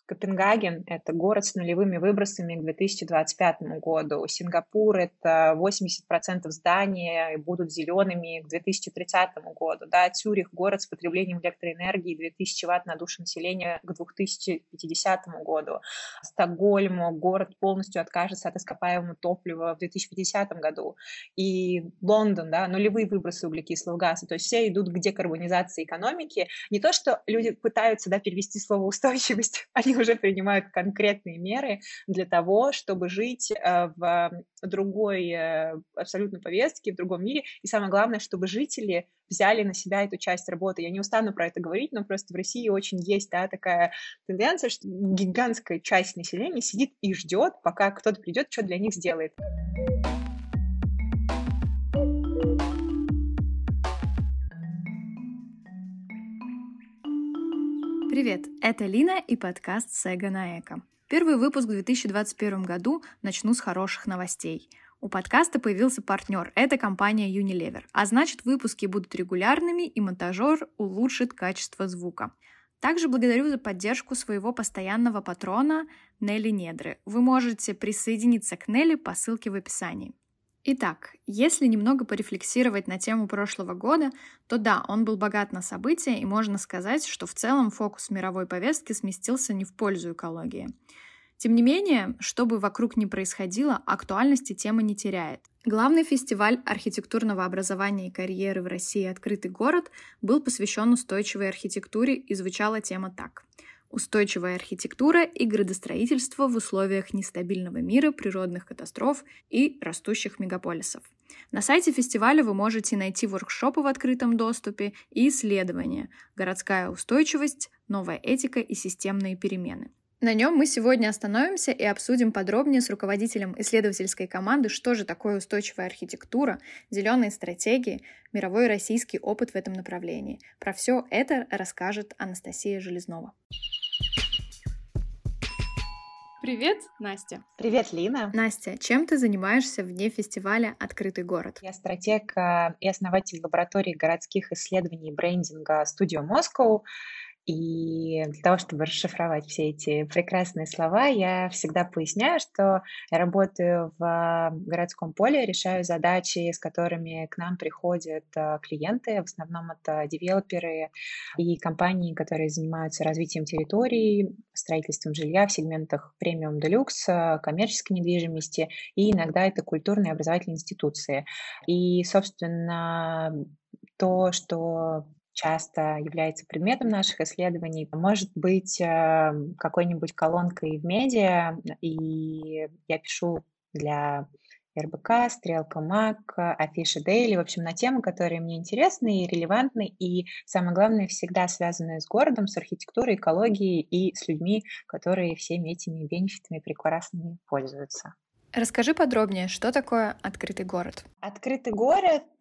Копенгаген — это город с нулевыми выбросами к 2025 году. Сингапур — это 80% зданий будут зелеными к 2030 году. Да, Цюрих — город с потреблением электроэнергии 2000 Вт на душу населения к 2050 году. Стокгольм — город полностью откажется от ископаемого топлива в 2050 году. И Лондон, да, нулевые выбросы углекислого газа. То есть все идут к декарбонизации экономики. Не то, что люди пытаются, да, перевести слово устойчивость, они уже принимают конкретные меры для того, чтобы жить в другой абсолютно повестке, в другом мире. И самое главное, чтобы жители взяли на себя эту часть работы. Я не устану про это говорить, но просто в России очень есть, да, такая тенденция, что гигантская часть населения сидит и ждет, пока кто-то придет, что для них сделает. Привет, это Лина и подкаст «Сега на Эко». Первый выпуск в 2021 году начну с хороших новостей. У подкаста появился партнер – это компания Unilever, а значит, выпуски будут регулярными и монтажер улучшит качество звука. Также благодарю за поддержку своего постоянного патрона Нелли Недры. Вы можете присоединиться к Нелли по ссылке в описании. Итак, если немного порефлексировать на тему прошлого года, то да, он был богат на события, и можно сказать, что в целом фокус мировой повестки сместился не в пользу экологии. Тем не менее, что бы вокруг ни происходило, актуальности тема не теряет. Главный фестиваль архитектурного образования и карьеры в России «Открытый город» был посвящен устойчивой архитектуре, и звучала тема так: устойчивая архитектура и градостроительство в условиях нестабильного мира, природных катастроф и растущих мегаполисов. На сайте фестиваля вы можете найти воркшопы в открытом доступе и исследования «Городская устойчивость, новая этика и системные перемены». На нем мы сегодня остановимся и обсудим подробнее с руководителем исследовательской команды, что же такое устойчивая архитектура, зеленые стратегии, мировой и российский опыт в этом направлении. Про все это расскажет Анастасия Железнова. Привет, Настя. Привет, Лина. Настя, чем ты занимаешься вне фестиваля «Открытый город»? Я стратег и основатель лаборатории городских исследований и брендинга Studio Moscow. И для того, чтобы расшифровать все эти прекрасные слова, я всегда поясняю, что я работаю в городском поле, решаю задачи, с которыми к нам приходят клиенты. В основном это девелоперы и компании, которые занимаются развитием территорий, строительством жилья в сегментах премиум делюкс, коммерческой недвижимости, и иногда это культурные и образовательные институции. И, собственно, то, что часто является предметом наших исследований, может быть какой-нибудь колонкой в медиа, и я пишу для РБК, Стрелка Мак, Афиша Дейли, в общем, на темы, которые мне интересны и релевантны, и, самое главное, всегда связанные с городом, с архитектурой, экологией и с людьми, которые всеми этими бенефитами прекрасными пользуются. Расскажи подробнее, что такое «Открытый город»? «Открытый город» —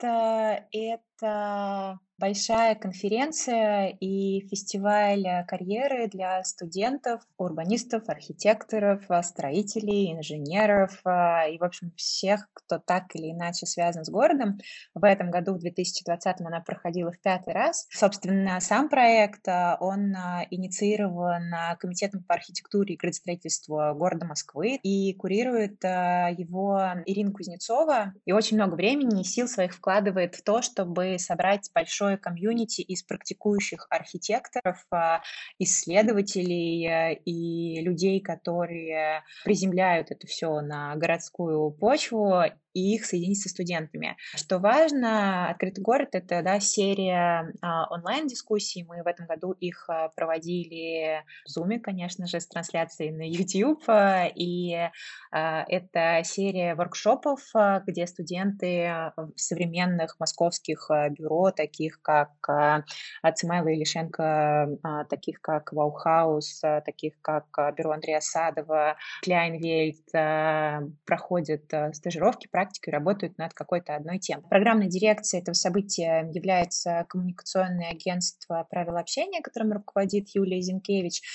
это большая конференция и фестиваль карьеры для студентов, урбанистов, архитекторов, строителей, инженеров и, в общем, всех, кто так или иначе связан с городом. В этом году, в 2020-м, она проходила в 5-й раз. Собственно, сам проект, он инициирован Комитетом по архитектуре и градостроительству города Москвы, и курирует его Ирина Кузнецова, и очень много времени и сил своих вкладывает в то, чтобы собрать большое комьюнити из практикующих архитекторов, исследователей и людей, которые приземляют это все на городскую почву, и их соединить со студентами. Что важно, «Открытый город» — это, да, серия онлайн-дискуссий. Мы в этом году их проводили в Zoom, конечно же, с трансляцией на YouTube. И это серия воркшопов, где студенты современных московских бюро, таких как Цимайло и Лишенко, таких как Баухаус, таких как бюро Андрея Садова, Кляйнвельт, проходят стажировки, практики, работают над какой-то одной темой. Программной дирекцией этого события является коммуникационное агентство «Правила общения», которым руководит Юлия Зинкевич.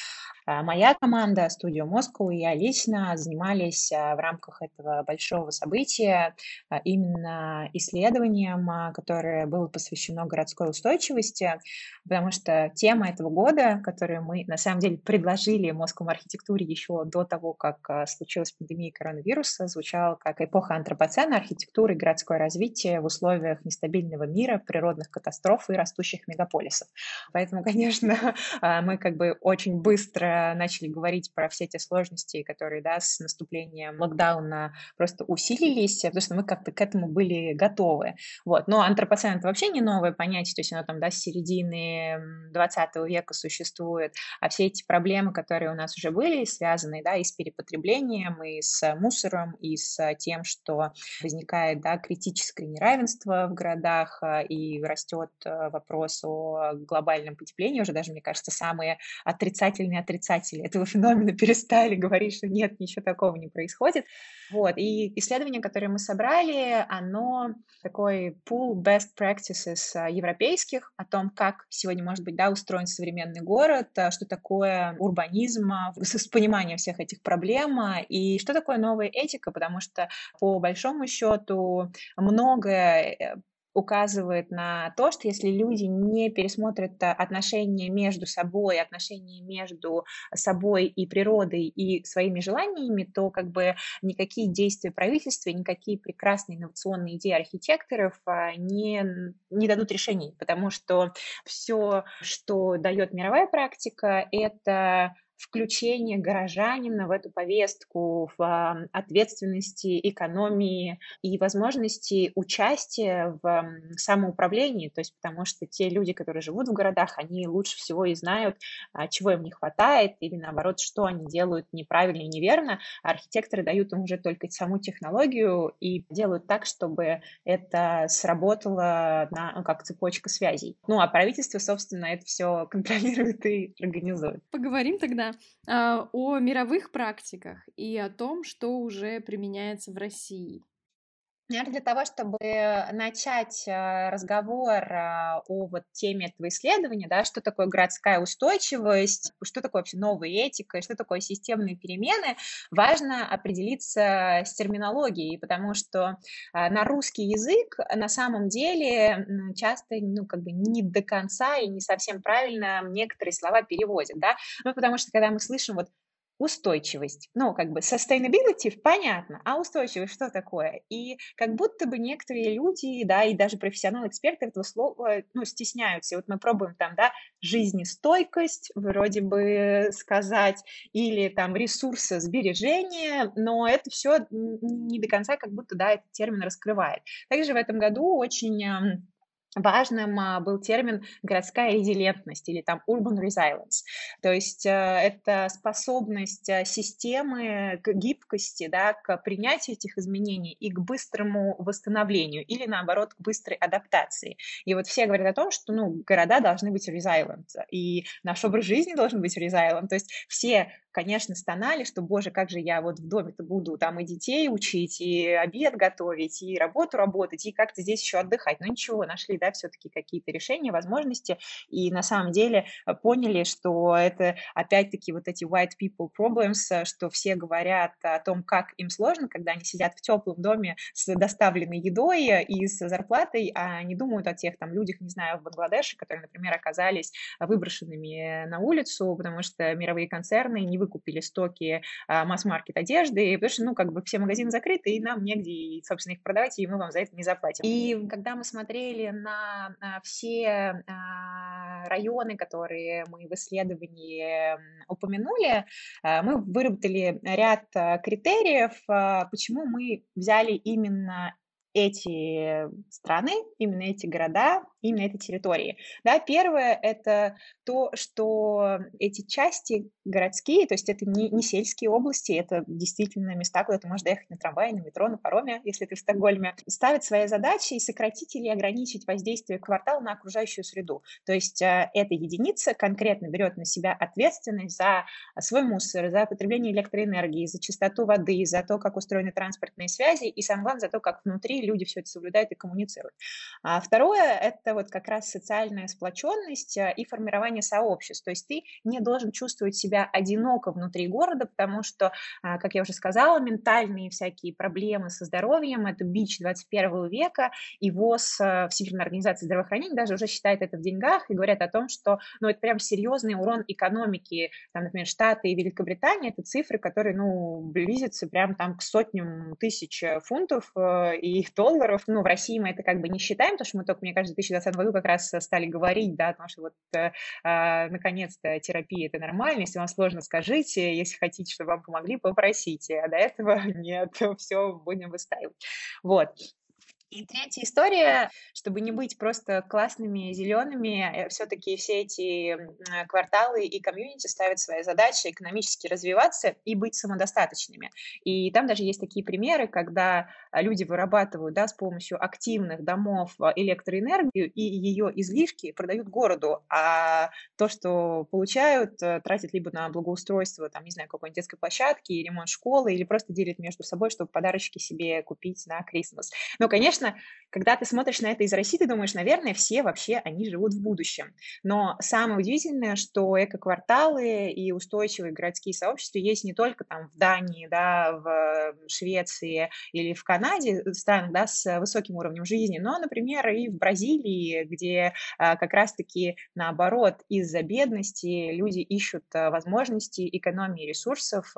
Моя команда Studio Moscow и я лично занимались в рамках этого большого события именно исследованием, которое было посвящено городской устойчивости, потому что тема этого года, которую мы на самом деле предложили Moscow архитектуре еще до того, как случилась пандемия коронавируса, звучала как эпоха антропоцена, архитектуры и городское развитие в условиях нестабильного мира, природных катастроф и растущих мегаполисов. Поэтому, конечно, мы как бы очень быстро начали говорить про все те сложности, которые, да, с наступлением локдауна просто усилились, потому что мы как-то к этому были готовы. Вот. Но антропоцен — это вообще не новое понятие, то есть оно там, да, с середины 20 века существует, а все эти проблемы, которые у нас уже были связаны, да, и с перепотреблением, и с мусором, и с тем, что возникает, да, критическое неравенство в городах, и растет вопрос о глобальном потеплении. Уже даже, мне кажется, самые отрицательные отрицатели этого феномена перестали говорить, что нет, ничего такого не происходит. Вот. И исследование, которое мы собрали, оно такой pool best practices европейских о том, как сегодня может быть, да, устроен современный город, что такое урбанизм, с пониманием всех этих проблем, и что такое новая этика, потому что по большому счету многое указывает на то, что если люди не пересмотрят отношения между собой, отношения между собой и природой и своими желаниями, то как бы никакие действия правительства, никакие прекрасные инновационные идеи архитекторов не дадут решений, потому что все, что дает мировая практика, это включение горожанина в эту повестку, в ответственности, экономии и возможности участия в самоуправлении, то есть потому что те люди, которые живут в городах, они лучше всего и знают, чего им не хватает, или наоборот, что они делают неправильно и неверно, а архитекторы дают им уже только саму технологию и делают так, чтобы это сработало как цепочка связей. Ну, а правительство, собственно, это все контролирует и организует. Поговорим тогда о мировых практиках и о том, что уже применяется в России. Наверное, для того, чтобы начать разговор о вот теме этого исследования, да, что такое городская устойчивость, что такое вообще новая этика, и что такое системные перемены, важно определиться с терминологией, потому что на русский язык на самом деле часто, ну, как бы не до конца и не совсем правильно некоторые слова переводят, да, ну, потому что когда мы слышим вот устойчивость. Ну, как бы sustainability понятно, а устойчивость что такое? И как будто бы некоторые люди, да, и даже профессионалы-эксперты этого слова, ну, стесняются. И вот мы пробуем там, да, жизнестойкость вроде бы сказать, или там ресурсосбережение, но это все не до конца как будто, да, этот термин раскрывает. Также в этом году очень важным был термин городская резилентность или там urban resilience. То есть это способность системы к гибкости, да, к принятию этих изменений и к быстрому восстановлению или наоборот к быстрой адаптации. И вот все говорят о том, что ну, города должны быть resilient, и наш образ жизни должен быть resilient. То есть все, конечно, стонали, что, боже, как же я вот в доме-то буду там и детей учить, и обед готовить, и работу работать, и как-то здесь еще отдыхать. Но ничего, нашли, да, все-таки какие-то решения, возможности, и на самом деле поняли, что это опять-таки вот эти white people problems, что все говорят о том, как им сложно, когда они сидят в теплом доме с доставленной едой и с зарплатой, а не думают о тех там людях, не знаю, в Бангладеше, которые, например, оказались выброшенными на улицу, потому что мировые концерны не выкупили стоки масс-маркет одежды, потому что, ну, как бы все магазины закрыты, и нам негде, собственно, их продавать, и мы вам за это не заплатим. И когда мы смотрели на все районы, которые мы в исследовании упомянули, мы выработали ряд критериев, почему мы взяли именно эти страны, именно эти города, именно эти территории. Да, первое – это то, что эти части городские, то есть это не сельские области, это действительно места, куда ты можешь доехать на трамвае, на метро, на пароме, если ты в Стокгольме, ставят своей задачей сократить или ограничить воздействие квартала на окружающую среду. То есть эта единица конкретно берет на себя ответственность за свой мусор, за потребление электроэнергии, за чистоту воды, за то, как устроены транспортные связи и, самое главное, за то, как внутри люди все это соблюдают и коммуницируют. А второе– это вот как раз социальная сплоченность и формирование сообществ. То есть ты не должен чувствовать себя одиноко внутри города, потому что, как я уже сказала, ментальные всякие проблемы со здоровьем– это бич 21 века, и ВОЗ, Всемирная организация здравоохранения, даже уже считает это в деньгах и говорят о том, что это прям серьезный урон экономики. Там, например, Штаты и Великобритания– это цифры, которые близятся прям там к сотням тысяч фунтов и долларов. В России мы это как бы не считаем, потому что мы только, мне кажется, в 2020 году как раз стали говорить, да, о том, что наконец-то терапия – это нормально, если вам сложно, скажите, если хотите, чтобы вам помогли, попросите, а до этого нет, все, будем выстаивать. Вот. И третья история, чтобы не быть просто классными зелеными, все-таки все эти кварталы и комьюнити ставят своей задачей экономически развиваться и быть самодостаточными. И там даже есть такие примеры, когда люди вырабатывают, да, с помощью активных домов электроэнергию и ее излишки продают городу, а то, что получают, тратят либо на благоустройство, там, не знаю, какой-нибудь детской площадки, ремонт школы, или просто делят между собой, чтобы подарочки себе купить на Крисмас. Но, конечно, когда ты смотришь на это из России, ты думаешь, наверное, все вообще, они живут в будущем. Но самое удивительное, что эко-кварталы и устойчивые городские сообщества есть не только там в Дании, да, в Швеции или в Канаде, странах, да, с высоким уровнем жизни, но, например, и в Бразилии, где как раз-таки наоборот из-за бедности люди ищут возможности экономии ресурсов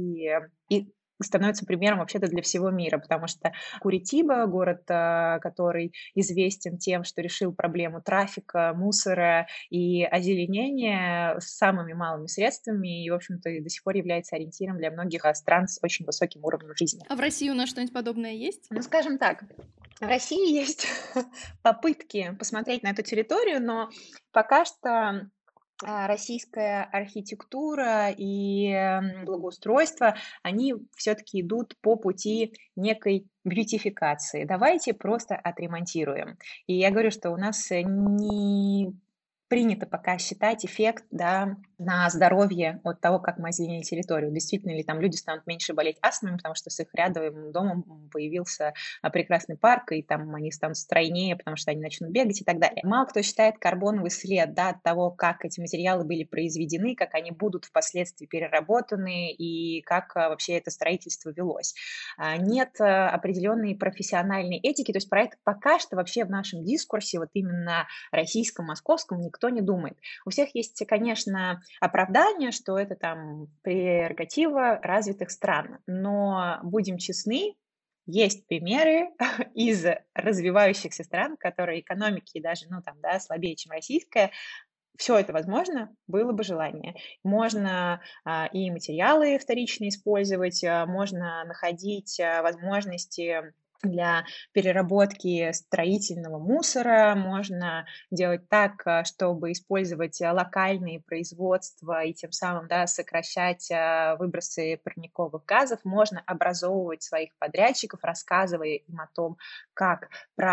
и становится примером вообще-то для всего мира, потому что Куритиба, город, который известен тем, что решил проблему трафика, мусора и озеленения с самыми малыми средствами и, в общем-то, до сих пор является ориентиром для многих стран с очень высоким уровнем жизни. А в России у нас что-нибудь подобное есть? Скажем так, в России есть попытки посмотреть на эту территорию, но пока что российская архитектура и благоустройство, они все-таки идут по пути некой бьютификации. Давайте просто отремонтируем. И я говорю, что у нас не принято пока считать эффект, да, на здоровье от того, как мы озеленили территорию. Действительно ли там люди станут меньше болеть астмой, потому что с их рядовым домом появился прекрасный парк, и там они станут стройнее, потому что они начнут бегать и так далее. Мало кто считает карбоновый след, да, от того, как эти материалы были произведены, как они будут впоследствии переработаны и как вообще это строительство велось. Нет определенной профессиональной этики, то есть про это пока что вообще в нашем дискурсе, вот именно российском, московском, никто не думает. У всех есть, конечно, оправдание, что это там прерогатива развитых стран, но будем честны, есть примеры из развивающихся стран, которые экономики даже, слабее, чем российская. Все это возможно, было бы желание. Можно и материалы вторично использовать, можно находить возможности для переработки строительного мусора, можно делать так, чтобы использовать локальные производства и тем самым, да, сокращать выбросы парниковых газов, можно образовывать своих подрядчиков, рассказывая им о том, как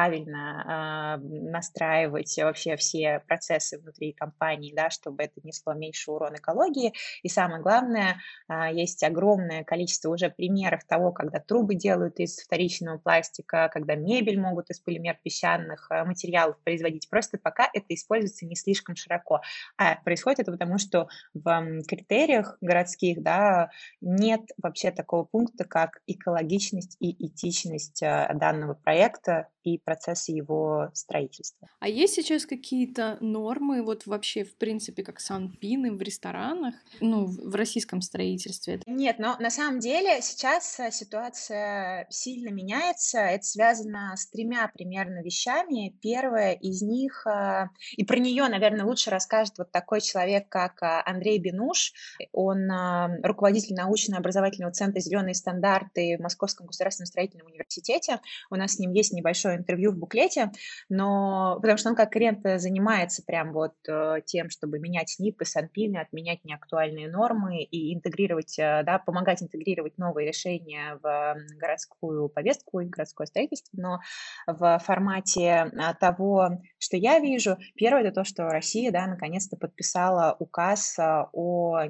правильно настраивать вообще все процессы внутри компании, да, чтобы это несло меньше урон экологии. И самое главное, есть огромное количество уже примеров того, когда трубы делают из вторичного пластика, когда мебель могут из полимер-песчаных материалов производить. Просто пока это используется не слишком широко. А происходит это потому, что в критериях городских, да, нет вообще такого пункта, как экологичность и этичность данного проекта и процесса его строительства. А есть сейчас какие-то нормы, вот вообще, в принципе, как санпины в ресторанах, в российском строительстве? Нет, но на самом деле сейчас ситуация сильно меняется. Это связано с 3 примерно вещами. Первое из них, и про нее, наверное, лучше расскажет вот такой человек, как Андрей Бенуш. Он руководитель научно-образовательного центра «Зеленые стандарты» в Московском государственном строительном университете. У нас с ним есть небольшой свое интервью в буклете, но потому что он как клиент занимается прям вот тем, чтобы менять НИПы, санпины, отменять неактуальные нормы и интегрировать, да, помогать интегрировать новые решения в городскую повестку и городское строительство, но в формате того, что я вижу, первое, это то, что Россия, да, наконец-то подписала указ о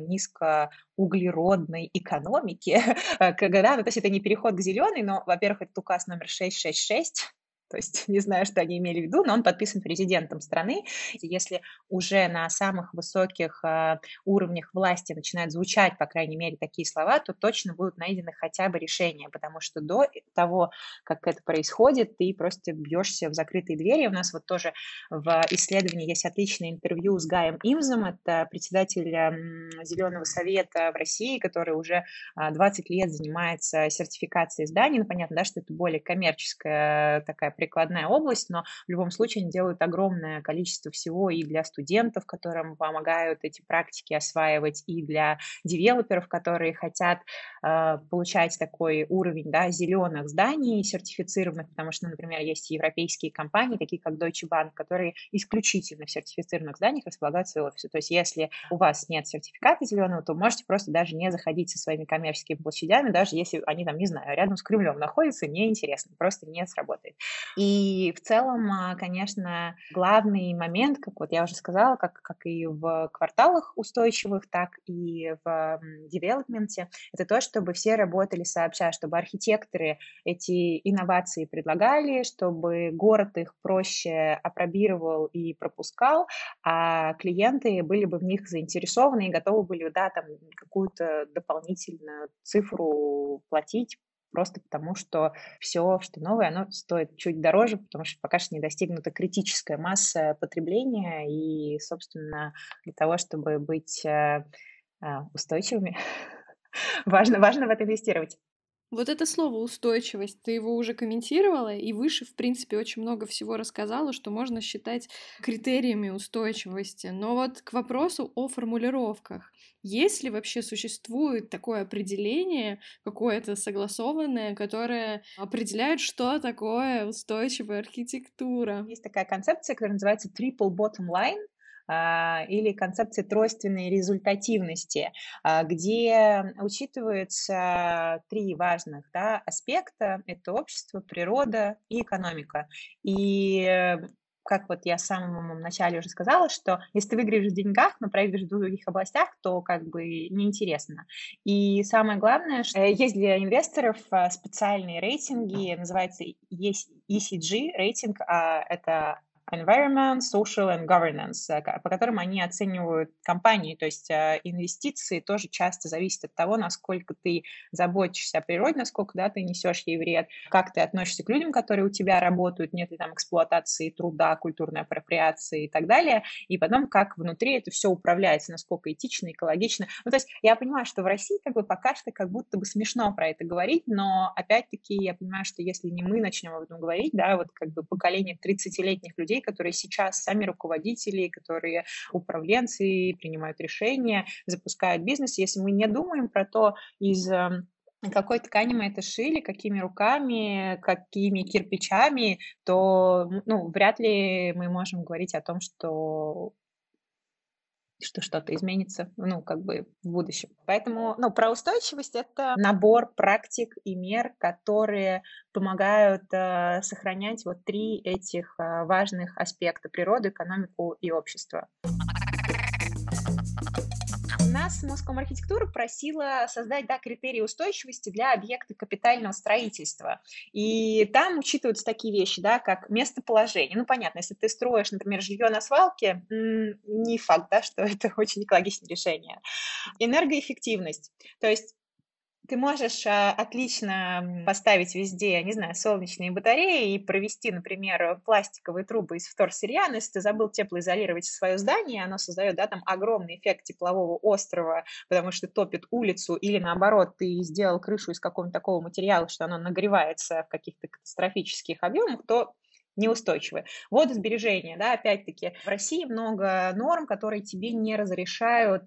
низкоуглеродной экономике, когда, ну, то есть это не переход к зеленой, но, во-первых, это указ номер 666, то есть не знаю, что они имели в виду, но он подписан президентом страны. Если уже на самых высоких уровнях власти начинают звучать, по крайней мере, такие слова, то точно будут найдены хотя бы решения, потому что до того, как это происходит, ты просто бьешься в закрытые двери. У нас вот тоже в исследовании есть отличное интервью с Гаем Имзом, это председатель Зеленого совета в России, который уже 20 лет занимается сертификацией зданий. Ну, понятно, да, что это более коммерческая такая прикладная область, но в любом случае они делают огромное количество всего и для студентов, которым помогают эти практики осваивать, и для девелоперов, которые хотят получать такой уровень, да, зеленых зданий сертифицированных, потому что, например, есть европейские компании, такие как Deutsche Bank, которые исключительно в сертифицированных зданиях располагают свои офисы. То есть если у вас нет сертификата зеленого, то можете просто даже не заходить со своими коммерческими площадями, даже если они там, не знаю, рядом с Кремлем находятся, неинтересно, просто не сработает. И в целом, конечно, главный момент, как вот я уже сказала, как и в кварталах устойчивых, так и в девелопменте, это то, чтобы все работали сообща, чтобы архитекторы эти инновации предлагали, чтобы город их проще апробировал и пропускал, а клиенты были бы в них заинтересованы и готовы были, да, там какую-то дополнительную цифру платить, просто потому что все, что новое, оно стоит чуть дороже, потому что пока что не достигнута критическая масса потребления, и, собственно, для того, чтобы быть устойчивыми, важно в это инвестировать. Вот это слово «устойчивость», ты его уже комментировала, и выше, в принципе, очень много всего рассказала, что можно считать критериями устойчивости. Но вот к вопросу о формулировках. Есть ли вообще существует такое определение, какое-то согласованное, которое определяет, что такое устойчивая архитектура? Есть такая концепция, которая называется triple bottom line, или концепция тройственной результативности, где учитываются три важных, да, аспекта. Это общество, природа и экономика. И как вот я в самом начале уже сказала, что если ты выиграешь в деньгах, но проиграешь в других областях, то как бы неинтересно. И самое главное, что есть для инвесторов специальные рейтинги, называется ESG рейтинг, это Environment, Social and Governance, по которым они оценивают компании, то есть инвестиции тоже часто зависят от того, насколько ты заботишься о природе, насколько, да, ты несешь ей вред, как ты относишься к людям, которые у тебя работают, нет ли там эксплуатации труда, культурной апроприации и так далее, и потом как внутри это все управляется, насколько этично, экологично. Ну, то есть я понимаю, что в России как бы пока что как будто бы смешно про это говорить, но опять-таки я понимаю, что если не мы начнем об этом говорить, да, вот как бы поколение 30-летних людей, которые сейчас сами руководители, которые управленцы, принимают решения, запускают бизнес. Если мы не думаем про то, из какой ткани мы это шили, какими руками, какими кирпичами, то, ну, вряд ли мы можем говорить о том, что что-то изменится, ну, как бы в будущем. Поэтому, ну, про устойчивость — это набор практик и мер, которые помогают сохранять вот три этих важных аспекта: природу, экономику и общество. Нас Москомархитектура просила создать, да, критерии устойчивости для объекта капитального строительства. И там учитываются такие вещи, да, как местоположение. Ну, понятно, если ты строишь, например, жилье на свалке, не факт, да, что это очень экологичное решение. Энергоэффективность. То есть ты можешь отлично поставить везде, не знаю, солнечные батареи и провести, например, пластиковые трубы из вторсырья, но если ты забыл теплоизолировать свое здание, оно создает, да, там огромный эффект теплового острова, потому что топит улицу, или наоборот, ты сделал крышу из какого-то такого материала, что оно нагревается в каких-то катастрофических объемах, то неустойчивые. Водосбережение, да, опять-таки, в России много норм, которые тебе не разрешают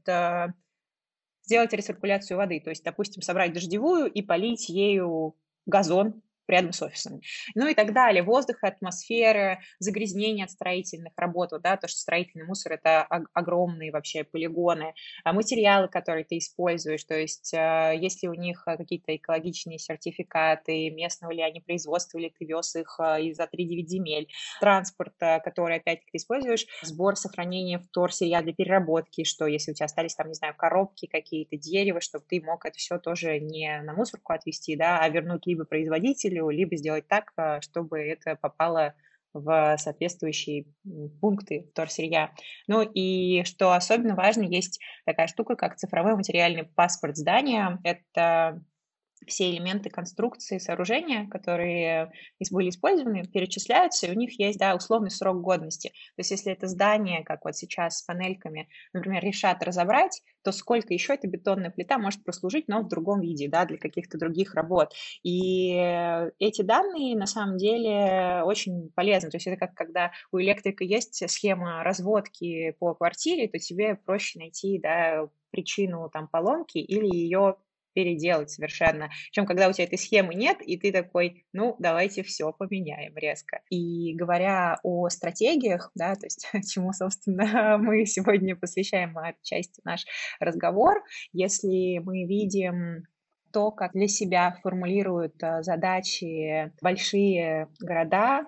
сделать рециркуляцию воды, то есть, допустим, собрать дождевую и полить ею газон, рядом с офисами. Ну и так далее. Воздух, атмосфера, загрязнение от строительных работ, да, то, что строительный мусор — это огромные вообще полигоны, материалы, которые ты используешь, то есть есть ли у них какие-то экологичные сертификаты, местного ли они производства, или ты вез их из-за 3-9 земель, транспорт, который, опять-таки, ты используешь, сбор, сохранение вторсырья для переработки, что если у тебя остались там, не знаю, коробки какие-то, дерево, чтобы ты мог это все тоже не на мусорку отвезти, да, а вернуть либо производителю, либо сделать так, чтобы это попало в соответствующие пункты вторсырья. Ну и что особенно важно, есть такая штука, как цифровой материальный паспорт здания. Это все элементы конструкции сооружения, которые были использованы, перечисляются, и у них есть, да, условный срок годности. То есть если это здание, как вот сейчас с панельками, например, решат разобрать, то сколько еще эта бетонная плита может прослужить, но в другом виде, да, для каких-то других работ. И эти данные на самом деле очень полезны. То есть это как когда у электрика есть схема разводки по квартире, то тебе проще найти, да, причину там поломки или ее переделать совершенно, чем когда у тебя этой схемы нет, и ты такой, ну, давайте все поменяем резко. И говоря о стратегиях, да, то есть чему, собственно, мы сегодня посвящаем отчасти наш разговор, если мы видим то, как для себя формулируют задачи большие города,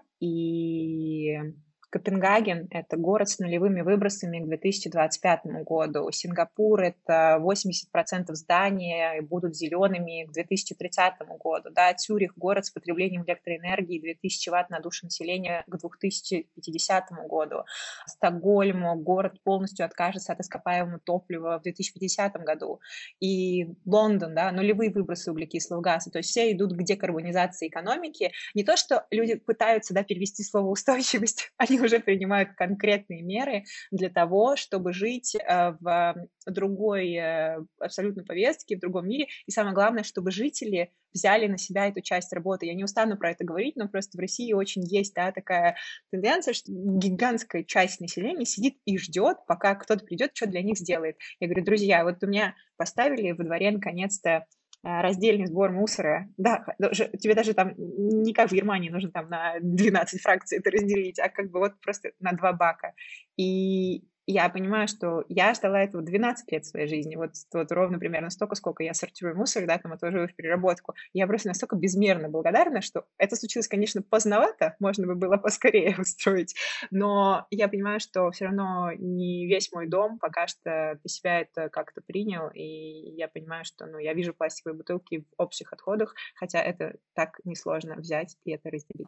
и Копенгаген — это город с нулевыми выбросами к 2025 году. Сингапур — это 80% зданий будут зелеными к 2030 году. Да, Цюрих — город с потреблением электроэнергии 2000 Вт на душу населения к 2050 году. Стокгольм — город полностью откажется от ископаемого топлива в 2050 году. И Лондон, да, нулевые выбросы углекислого газа. То есть все идут к декарбонизации экономики. Не то, что люди пытаются, да, перевести слово устойчивость, они уже принимают конкретные меры для того, чтобы жить в другой абсолютно повестке, в другом мире. И самое главное, чтобы жители взяли на себя эту часть работы. Я не устану про это говорить, но просто в России очень есть, да, такая тенденция, что гигантская часть населения сидит и ждет, пока кто-то придет, что для них сделает. Я говорю, друзья, вот у меня поставили во дворе наконец-то раздельный сбор мусора. Да, тебе даже там не как в Германии нужно там на 12 фракций это разделить, а как бы вот просто на 2 бака. И я понимаю, что я ждала этого 12 лет в своей жизни. Вот ровно примерно столько, сколько я сортирую мусор, да, там отвожу в переработку. Я просто настолько безмерно благодарна, что это случилось, конечно, поздновато, можно бы было поскорее устроить, но я понимаю, что все равно не весь мой дом пока что для себя это как-то принял, и я понимаю, что, ну, я вижу пластиковые бутылки в общих отходах, хотя это так несложно взять и это разделить.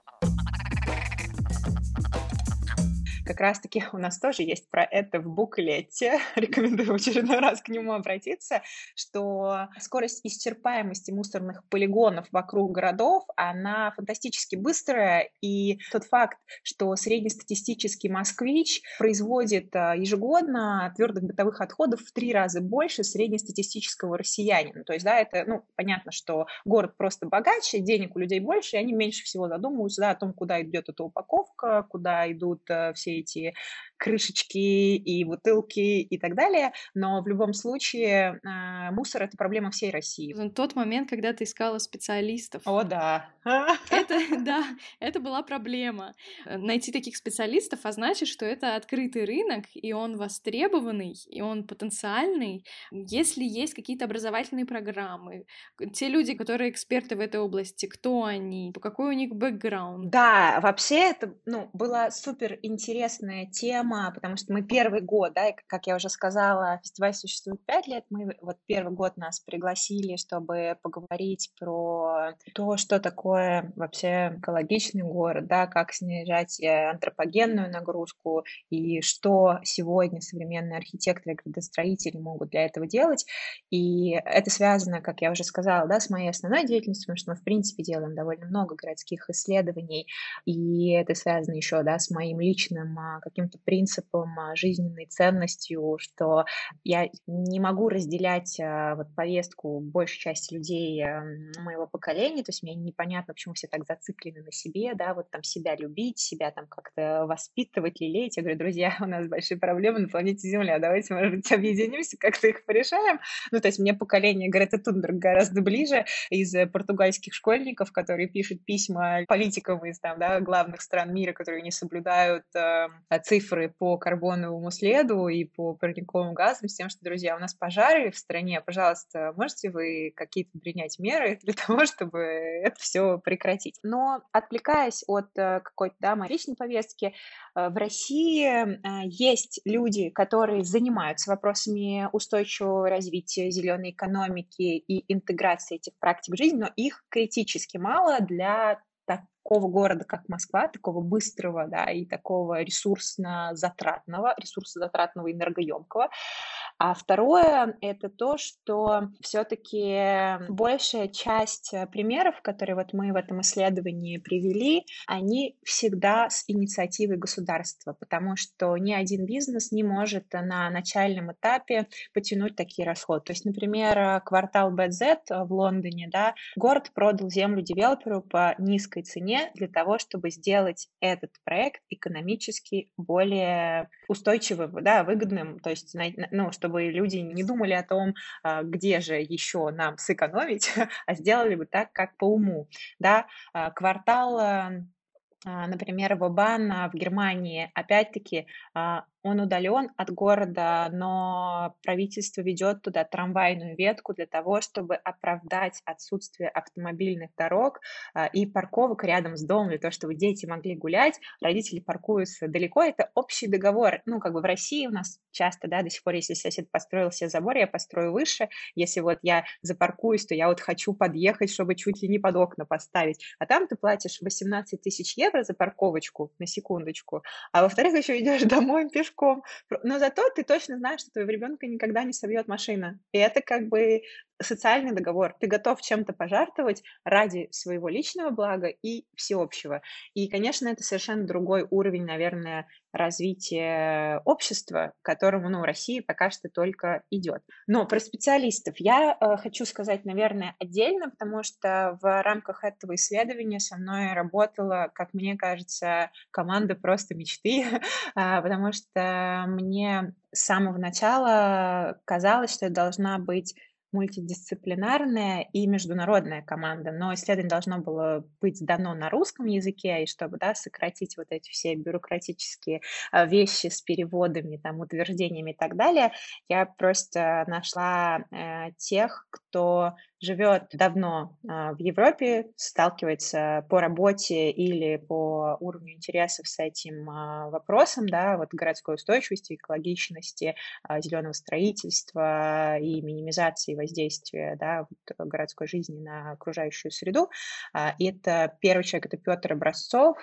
Как раз-таки у нас тоже есть про это в буклете. Рекомендую в очередной раз к нему обратиться, что скорость исчерпаемости мусорных полигонов вокруг городов, она фантастически быстрая, и тот факт, что среднестатистический москвич производит ежегодно твердых бытовых отходов в 3 раза больше среднестатистического россиянина. То есть, да, это, ну, понятно, что город просто богаче, денег у людей больше, и они меньше всего задумываются, да, о том, куда идет эта упаковка, куда идут все эти крышечки и бутылки и так далее, но в любом случае мусор — это проблема всей России. Тот момент, когда ты искала специалистов. О, да. Это, да, это была проблема. Найти таких специалистов, а значит, что это открытый рынок, и он востребованный, и он потенциальный. Если есть какие-то образовательные программы, те люди, которые эксперты в этой области, кто они, какой у них бэкграунд? Да, вообще это, ну, была супер интересная тема, потому что мы первый год, да, и как я уже сказала, фестиваль существует 5 лет, мы вот первый год нас пригласили, чтобы поговорить про то, что такое вообще экологичный город, да, как снижать антропогенную нагрузку и что сегодня современные архитекторы и градостроители могут для этого делать. И это связано, как я уже сказала, да, с моей основной деятельностью, потому что мы, в принципе, делаем довольно много городских исследований, и это связано еще, да, с моим личным каким-то принципом, жизненной ценностью, что я не могу разделять вот повестку большей части людей моего поколения, то есть мне непонятно, почему все так зациклены на себе, да, вот там себя любить, себя там как-то воспитывать, лелеять. Я говорю, друзья, у нас большие проблемы на планете Земля, давайте, может быть, объединимся, как-то их порешаем. Ну, то есть мне поколение Греты Тунберг гораздо ближе, из португальских школьников, которые пишут письма политикам из там, да, главных стран мира, которые не соблюдают цифры по карбоновому следу и по парниковым газам, с тем, что, друзья, у нас пожары в стране, пожалуйста, можете вы какие-то принять меры для того, чтобы это все прекратить. Но отвлекаясь от какой-то, да, моей личной повестки, в России есть люди, которые занимаются вопросами устойчивого развития зеленой экономики и интеграции этих практик в жизнь, но их критически мало для такого города, как Москва, такого быстрого, да, и такого ресурсозатратного и энергоемкого. А второе – это то, что все-таки большая часть примеров, которые вот мы в этом исследовании привели, они всегда с инициативой государства, потому что ни один бизнес не может на начальном этапе потянуть такие расходы. То есть, например, квартал BZ в Лондоне, да, город продал землю девелоперу по низкой цене для того, чтобы сделать этот проект экономически более устойчивым, да, выгодным, то есть, ну, чтобы люди не думали о том, где же еще нам сэкономить, а сделали бы так, как по уму, да. Квартал, например, Вобан в Германии, опять-таки, он удален от города, но правительство ведет туда трамвайную ветку для того, чтобы оправдать отсутствие автомобильных дорог и парковок рядом с домом, для того, чтобы дети могли гулять, родители паркуются далеко. Это общий договор. Ну, как бы в России у нас часто, да, до сих пор, если сосед построил себе забор, я построю выше. Если вот я запаркуюсь, то я вот хочу подъехать, чтобы чуть ли не под окна поставить. А там ты платишь 18 тысяч евро за парковочку, на секундочку, а во-вторых, еще идешь домой пешком. Но зато ты точно знаешь, что твоего ребенка никогда не собьет машина. И это как бы социальный договор. Ты готов чем-то пожертвовать ради своего личного блага и всеобщего. И, конечно, это совершенно другой уровень, наверное, развития общества, к которому, ну, Россия пока что только идет. Но про специалистов я хочу сказать, наверное, отдельно, потому что в рамках этого исследования со мной работала, как мне кажется, команда просто мечты, потому что мне с самого начала казалось, что это должна быть мультидисциплинарная и международная команда, но исследование должно было быть дано на русском языке, и чтобы, да, сократить вот эти все бюрократические вещи с переводами, там, утверждениями и так далее, я просто нашла тех, кто живет давно в Европе, сталкивается по работе или по уровню интересов с этим вопросом, да, вот городской устойчивости, экологичности, зеленого строительства и минимизации воздействия, да, вот, городской жизни на окружающую среду. И это первый человек, это Петр Образцов,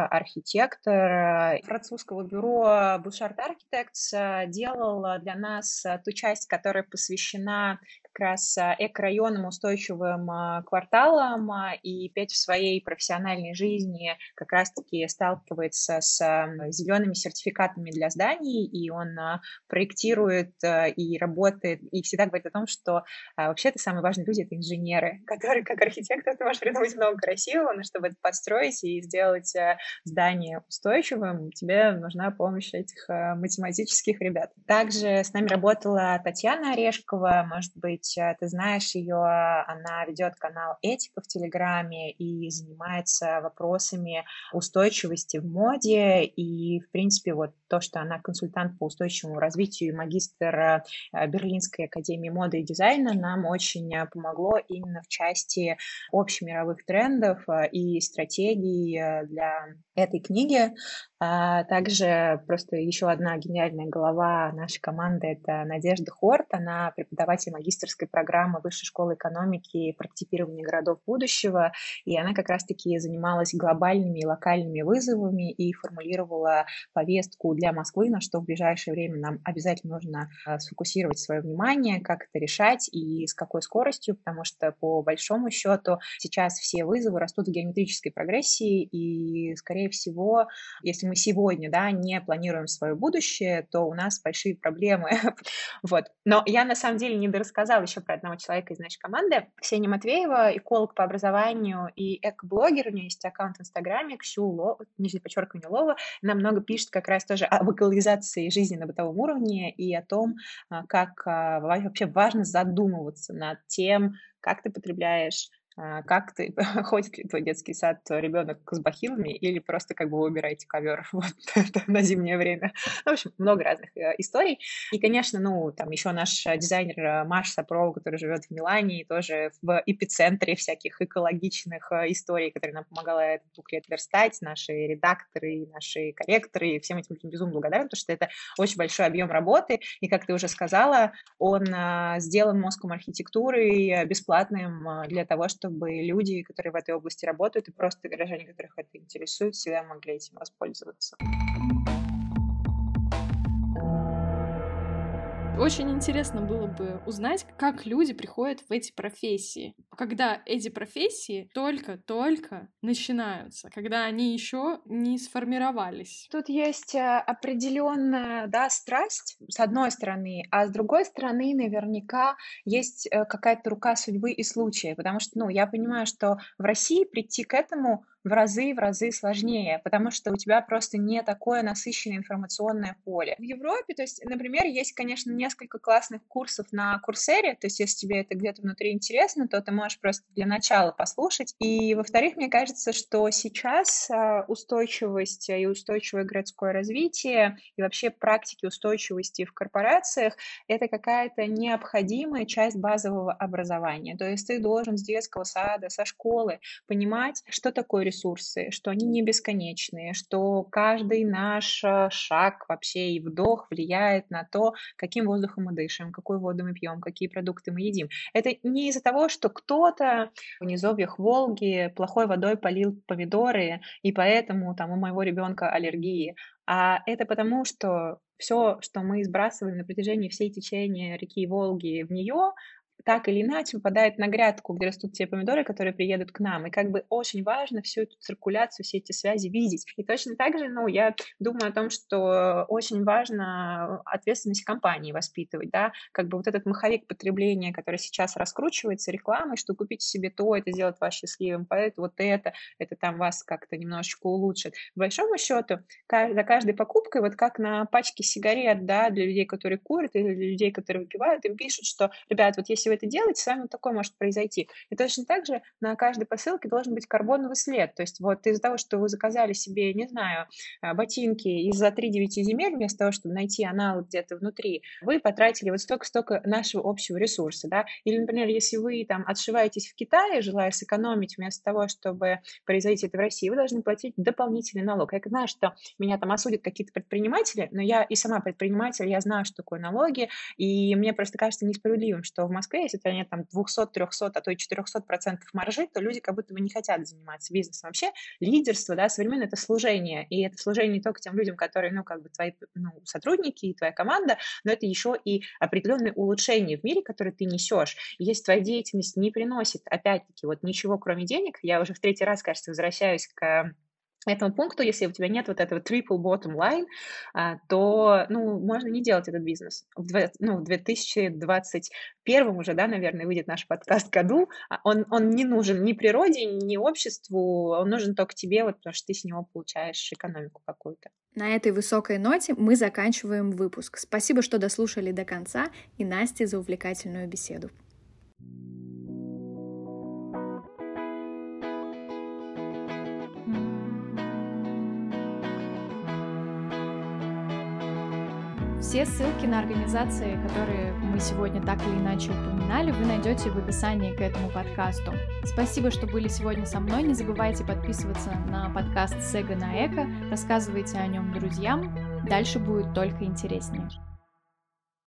архитектор французского бюро Bouchard Architects, делал для нас ту часть, которая посвящена как раз экорайонам, устойчивым кварталам, и Петя в своей профессиональной жизни как раз-таки сталкивается с зелеными сертификатами для зданий, и он проектирует и работает, и всегда говорит о том, что вообще-то самые важные люди — это инженеры, которые, как архитектор, ты можешь придумать много красивого, но чтобы это построить и сделать здание устойчивым, тебе нужна помощь этих математических ребят. Также с нами работала Татьяна Орешкова, может быть, ты знаешь ее, она ведет канал «Этика» в Телеграме и занимается вопросами устойчивости в моде, и, в принципе, вот то, что она консультант по устойчивому развитию и магистр Берлинской академии моды и дизайна, нам очень помогло именно в части общемировых трендов и стратегий для этой книги. Также просто еще одна гениальная голова нашей команды — это Надежда Хорт. Она преподаватель магистерской программы Высшей школы экономики и проектирования городов будущего. И она как раз-таки занималась глобальными и локальными вызовами и формулировала повестку для Москвы, на что в ближайшее время нам обязательно нужно сфокусировать свое внимание, как это решать и с какой скоростью, потому что, по большому счету, сейчас все вызовы растут в геометрической прогрессии, и, скорее всего, если если мы сегодня, да, не планируем свое будущее, то у нас большие проблемы. Вот. Но я на самом деле не дорассказала еще про одного человека из нашей команды. Ксения Матвеева, эколог по образованию и эко-блогер. У нее есть аккаунт в Инстаграме, _Лова. Она много пишет как раз тоже об экологизации жизни на бытовом уровне и о том, как вообще важно задумываться над тем, как ты потребляешь, как ты ходит ли твой детский сад ребенок с бахилами или просто как бы вы убираете ковер вот, на зимнее время. Ну, в общем, много разных историй. И, конечно, ну, там еще наш дизайнер Маша Сапрова, который живет в Милане, и тоже в эпицентре всяких экологичных историй, которые нам помогала этот буклет верстать, наши редакторы, наши корректоры, и всем этим людям безумно благодарны, потому что это очень большой объем работы, и, как ты уже сказала, он сделан мозгом архитектуры бесплатным для того, чтобы люди, которые в этой области работают, и просто горожане, которых это интересует, всегда могли этим воспользоваться. Очень интересно было бы узнать, как люди приходят в эти профессии, когда эти профессии только-только начинаются, когда они еще не сформировались. Тут есть определенная, да, страсть, с одной стороны, а с другой стороны, наверняка есть какая-то рука судьбы и случая, потому что, ну, я понимаю, что в России прийти к этому в разы сложнее, потому что у тебя просто не такое насыщенное информационное поле. В Европе, то есть, например, есть, конечно, несколько классных курсов на Курсере, то есть, если тебе это где-то внутри интересно, то ты можешь просто для начала послушать. И, во-вторых, мне кажется, что сейчас устойчивость и устойчивое городское развитие и вообще практики устойчивости в корпорациях — это какая-то необходимая часть базового образования. То есть ты должен с детского сада, со школы понимать, что такое ресурсы, что они не бесконечные, что каждый наш шаг вообще и вдох влияет на то, каким воздухом мы дышим, какую воду мы пьем, какие продукты мы едим. Это не из-за того, что кто-то в низовьях Волги плохой водой полил помидоры, и поэтому там у моего ребенка аллергии, а это потому, что все, что мы сбрасываем на протяжении всей течения реки Волги в нее, так или иначе попадает на грядку, где растут те помидоры, которые приедут к нам. И как бы очень важно всю эту циркуляцию, все эти связи видеть. И точно так же, ну, я думаю о том, что очень важно ответственность компании воспитывать, да, как бы вот этот маховик потребления, который сейчас раскручивается рекламой, что купите себе то, это сделает вас счастливым, поэтому вот это там вас как-то немножечко улучшит. По большому счету, за каждой покупкой, вот как на пачке сигарет, да, для людей, которые курят, или для людей, которые выпивают, им пишут, что, ребят, вот если вы это делаете, с вами вот такое может произойти. И точно так же на каждой посылке должен быть карбоновый след. То есть вот из-за того, что вы заказали себе, не знаю, ботинки из-за 3-9 земель, вместо того, чтобы найти аналог где-то внутри, вы потратили вот столько нашего общего ресурса, да. Или, например, если вы там отшиваетесь в Китае, желая сэкономить, вместо того, чтобы производить это в России, вы должны платить дополнительный налог. Я знаю, что меня там осудят какие-то предприниматели, но я и сама предприниматель, я знаю, что такое налоги, и мне просто кажется несправедливым, что в Москве, если у тебя нет там 200, 300, а то и 400% маржи, то люди как будто бы не хотят заниматься бизнесом. Вообще лидерство, да, современное — это служение, и это служение не только тем людям, которые, ну, как бы твои, ну, сотрудники и твоя команда, но это еще и определенные улучшения в мире, которые ты несешь. И если твоя деятельность не приносит, опять-таки, вот ничего, кроме денег, я уже в 3-й раз, кажется, возвращаюсь к этому пункту, если у тебя нет вот этого triple bottom line, то, ну, можно не делать этот бизнес. В 2021 уже, да, наверное, выйдет наш подкаст году. Он не нужен ни природе, ни обществу, он нужен только тебе, вот, потому что ты с него получаешь экономику какую-то. На этой высокой ноте мы заканчиваем выпуск. Спасибо, что дослушали до конца, и Насте за увлекательную беседу. Все ссылки на организации, которые мы сегодня так или иначе упоминали, вы найдете в описании к этому подкасту. Спасибо, что были сегодня со мной. Не забывайте подписываться на подкаст Сега на Эко, рассказывайте о нем друзьям. Дальше будет только интереснее.